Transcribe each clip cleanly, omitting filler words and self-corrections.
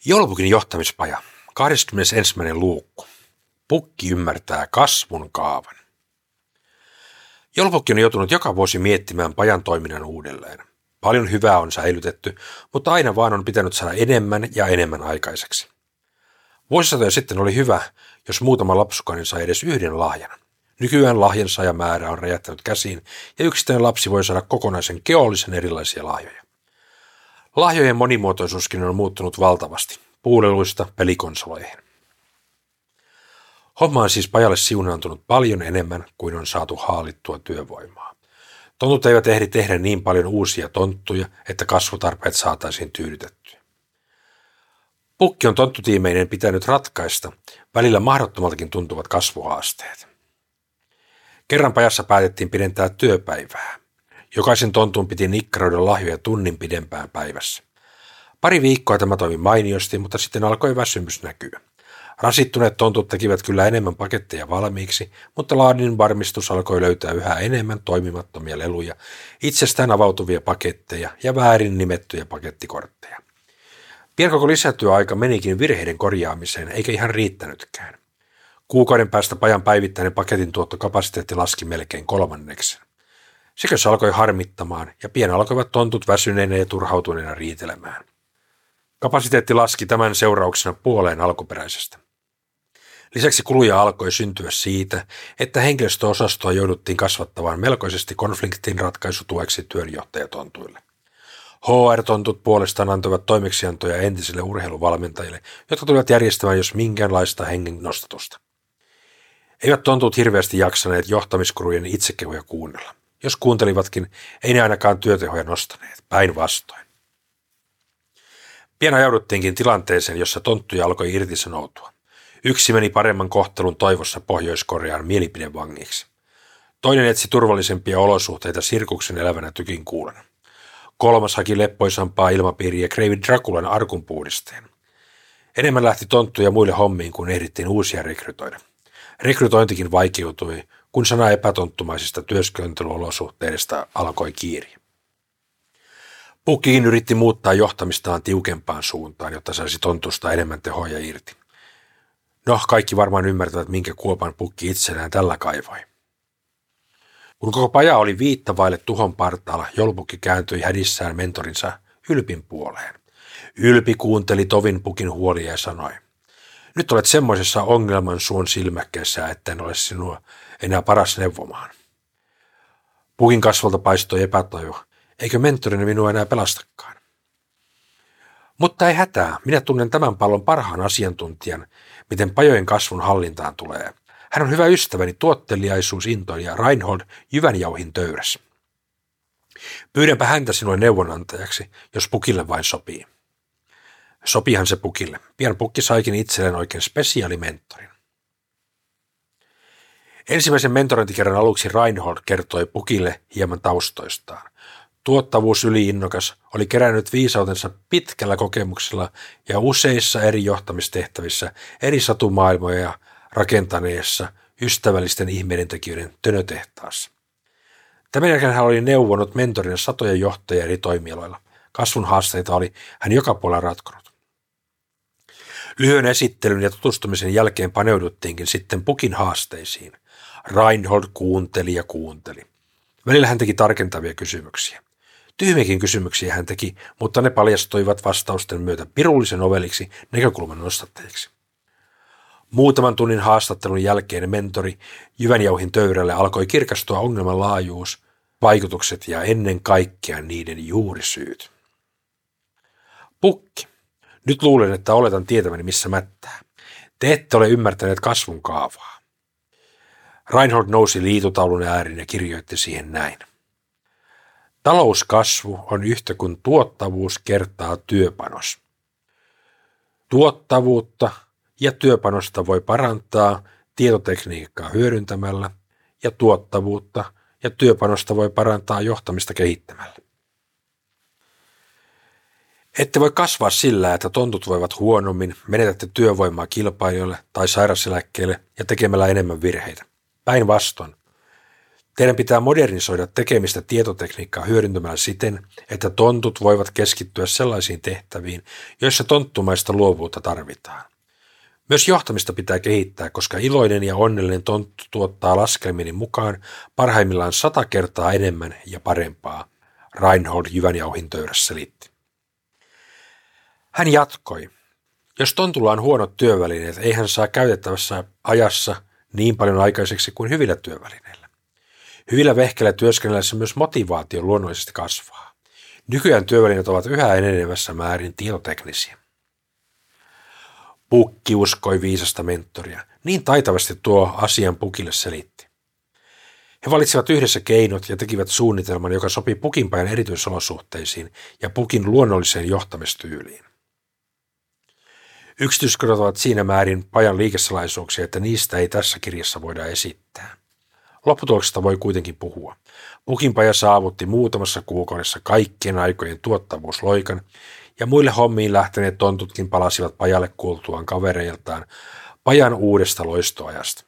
Joulupukin johtamispaja, 21. luukku. Pukki ymmärtää kasvun kaavan. Joulupukki on joutunut joka vuosi miettimään pajan toiminnan uudelleen. Paljon hyvää on säilytetty, mutta aina vaan on pitänyt saada enemmän ja enemmän aikaiseksi. Vuosisatoja sitten oli hyvä, jos muutama lapsukainen sai edes yhden lahjan. Nykyään lahjansaajamäärä on räjähtänyt käsiin ja yksittäinen lapsi voi saada kokonaisen keollisen erilaisia lahjoja. Lahjojen monimuotoisuuskin on muuttunut valtavasti, puuleluista pelikonsoleihin. Homma on siis pajalle siunaantunut paljon enemmän kuin on saatu haalittua työvoimaa. Tontut eivät ehdi tehdä niin paljon uusia tonttuja, että kasvutarpeet saataisiin tyydytettyä. Pukki on tonttutiimeinen pitänyt ratkaista välillä mahdottomaltakin tuntuvat kasvuhaasteet. Kerran pajassa päätettiin pidentää työpäivää. Jokaisen tontun piti nikkaroida lahjoja tunnin pidempään päivässä. Pari viikkoa tämä toimi mainiosti, mutta sitten alkoi väsymys näkyä. Rasittuneet tontut tekivät kyllä enemmän paketteja valmiiksi, mutta laadin varmistus alkoi löytää yhä enemmän toimimattomia leluja, itsestään avautuvia paketteja ja väärin nimettyjä pakettikortteja. Pian koko lisätyöaika menikin virheiden korjaamiseen, eikä ihan riittänytkään. Kuukauden päästä pajan päivittäinen paketin tuottokapasiteetti laski melkein 1/3. Sekös alkoi harmittamaan ja pian alkoivat tontut väsyneinä ja turhautuneina riitelemään. Kapasiteetti laski tämän seurauksena puoleen alkuperäisestä. Lisäksi kuluja alkoi syntyä siitä, että henkilöstöosastoa jouduttiin kasvattamaan melkoisesti konfliktin ratkaisutueksi työnjohtajatontuille. HR-tontut puolestaan antoivat toimeksiantoja entisille urheiluvalmentajille, jotka tulivat järjestämään jos minkäänlaista hengen nostatusta. Eivät tontut hirveästi jaksaneet johtamiskurujen itsekehuja kuunnella. Jos kuuntelivatkin, ei ne ainakaan työtehoja nostaneet, päinvastoin. Pian ajauduttiinkin tilanteeseen, jossa tonttuja alkoi irtisanoutua. Yksi meni paremman kohtelun toivossa Pohjois-Korean mielipidevangiksi. Toinen etsi turvallisempia olosuhteita sirkuksen elävänä tykinkuulena. Kolmas haki leppoisampaa ilmapiiriä kreivi Draculan arkunpuhdisteen. Enemmän lähti tonttuja muille hommiin, kun ehdittiin uusia rekrytoida. Rekrytointikin vaikeutui, kun sana epätonttumaisista työskentelyolosuhteista alkoi kiiriä. Pukkikin yritti muuttaa johtamistaan tiukempaan suuntaan, jotta saisi tontusta enemmän tehoja irti. No, kaikki varmaan ymmärtävät, minkä kuopan Pukki itselleen tällä kaivoi. Kun koko paja oli viittavaille tuhon partaalla, Joulupukki kääntyi hädissään mentorinsa Ylpin puoleen. Ylpi kuunteli tovin Pukin huolia ja sanoi: "Nyt olet semmoisessa ongelman suon silmäkkeessä, etten ole sinua enää paras neuvomaan." Pukin kasvolta paistoi epätoivo. Eikö mentorini minua enää pelastakaan? Mutta ei hätää, minä tunnen tämän pallon parhaan asiantuntijan, miten pajojen kasvun hallintaan tulee. Hän on hyvä ystäväni, tuotteliaisuusintoilija Reinhold Jyvänjauhin töyrässä. Pyydänpä häntä sinulle neuvonantajaksi, jos Pukille vain sopii. Sopihan se Pukille. Pian Pukki saikin itselleen oikein spesiaalimentorin. Ensimmäisen mentorointikerran aluksi Reinhold kertoi Pukille hieman taustoistaan. Tuottavuus yliinnokas oli kerännyt viisautensa pitkällä kokemuksella ja useissa eri johtamistehtävissä eri satumaailmoja rakentaneessa ystävällisten ihmeidentekijöiden tönötehtaassa. Tämän jälkeen hän oli neuvonut mentorina satoja johtajia eri toimialoilla. Kasvun haasteita oli hän joka puolella ratkonut. Lyhyen esittelyn ja tutustumisen jälkeen paneuduttiinkin sitten Pukin haasteisiin. Reinhold kuunteli ja kuunteli. Välillä hän teki tarkentavia kysymyksiä. Tyhmiäkin kysymyksiä hän teki, mutta ne paljastuivat vastausten myötä pirullisen oveliksi näkökulman nostattajiksi. Muutaman tunnin haastattelun jälkeen mentori Jyvänjauhin töyrälle alkoi kirkastua ongelman laajuus, vaikutukset ja ennen kaikkea niiden juurisyyt. Pukki, nyt luulen, että oletan tietäväni missä mättää. Te ette ole ymmärtäneet kasvun kaavaa. Reinhold nousi liitutaulun ääriin ja kirjoitti siihen näin. Talouskasvu on yhtä kuin tuottavuus kertaa työpanos. Tuottavuutta ja työpanosta voi parantaa tietotekniikkaa hyödyntämällä ja tuottavuutta ja työpanosta voi parantaa johtamista kehittämällä. Ette voi kasvaa sillä, että tontut voivat huonommin, menetätte työvoimaa kilpailijoille tai sairaseläkkeelle ja tekemällä enemmän virheitä. Päinvastoin. Teidän pitää modernisoida tekemistä tietotekniikkaa hyödyntämällä siten, että tontut voivat keskittyä sellaisiin tehtäviin, joissa tonttumaista luovuutta tarvitaan. Myös johtamista pitää kehittää, koska iloinen ja onnellinen tonttu tuottaa laskelmieni mukaan parhaimmillaan 100 kertaa enemmän ja parempaa, Reinhold Jyvänjauhintöyrässä selitti. Hän jatkoi. Jos tontulla on huonot työvälineet, ei hän saa käytettävässä ajassa niin paljon aikaiseksi kuin hyvillä työvälineillä. Hyvillä vehkeillä työskennellessä myös motivaatio luonnollisesti kasvaa. Nykyään työvälineet ovat yhä enenevässä määrin tietoteknisiä. Pukki uskoi viisasta mentoria. Niin taitavasti tuo asian Pukille selitti. He valitsivat yhdessä keinot ja tekivät suunnitelman, joka sopi Pukinpajan erityisolosuhteisiin ja Pukin luonnolliseen johtamistyyliin. Yksityiskohdat ovat siinä määrin pajan liikesalaisuuksia, että niistä ei tässä kirjassa voida esittää. Lopputuloksesta voi kuitenkin puhua. Pukinpaja saavutti muutamassa kuukaudessa kaikkien aikojen tuottavuusloikan, ja muille hommiin lähteneet tontutkin palasivat pajalle kuultuaan kavereiltaan pajan uudesta loistoajasta.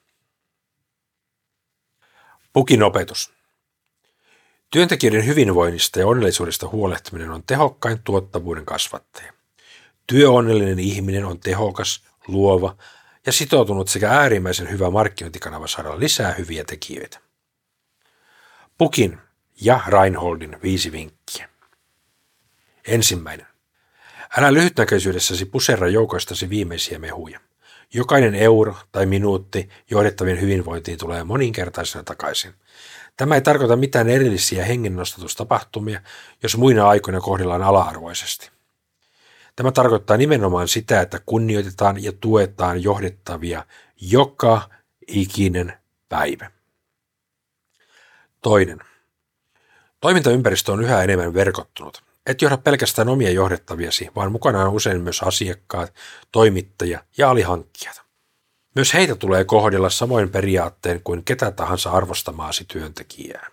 Pukin opetus. Työntekijöiden hyvinvoinnista ja onnellisuudesta huolehtiminen on tehokkain tuottavuuden kasvattaja. Työonnellinen ihminen on tehokas, luova ja sitoutunut sekä äärimmäisen hyvä markkinointikanava saada lisää hyviä tekijöitä. Pukin ja Reinholdin 5 vinkkiä. Ensimmäinen. Älä lyhytnäköisyydessäsi puserra joukoistasi viimeisiä mehuja. Jokainen euro tai minuutti johdettavien hyvinvointiin tulee moninkertaisena takaisin. Tämä ei tarkoita mitään erillisiä hengennostutustapahtumia, jos muina aikoina kohdellaan ala-arvoisesti. Tämä tarkoittaa nimenomaan sitä, että kunnioitetaan ja tuetaan johdettavia joka ikinen päivä. Toinen. Toimintaympäristö on yhä enemmän verkottunut. Et johda pelkästään omia johdettaviasi, vaan mukana on usein myös asiakkaat, toimittaja ja alihankkijat. Myös heitä tulee kohdella samoin periaatteen kuin ketä tahansa arvostamaasi työntekijää.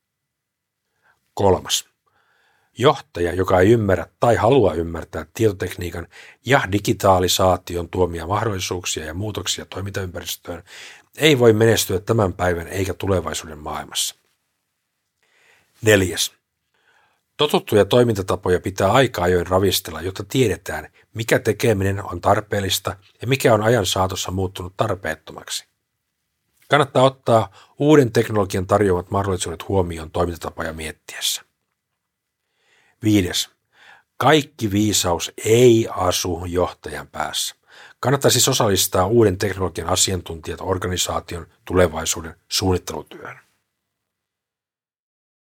3. Johtaja, joka ei ymmärrä tai halua ymmärtää tietotekniikan ja digitalisaation tuomia mahdollisuuksia ja muutoksia toimintaympäristöön, ei voi menestyä tämän päivän eikä tulevaisuuden maailmassa. 4. Totuttuja toimintatapoja pitää aika ajoin ravistella, jotta tiedetään, mikä tekeminen on tarpeellista ja mikä on ajan saatossa muuttunut tarpeettomaksi. Kannattaa ottaa uuden teknologian tarjoamat mahdollisuudet huomioon toimintatapoja miettiessä. 5. Kaikki viisaus ei asu johtajan päässä. Kannattaa siis osallistaa uuden teknologian asiantuntijat organisaation tulevaisuuden suunnittelutyöhön.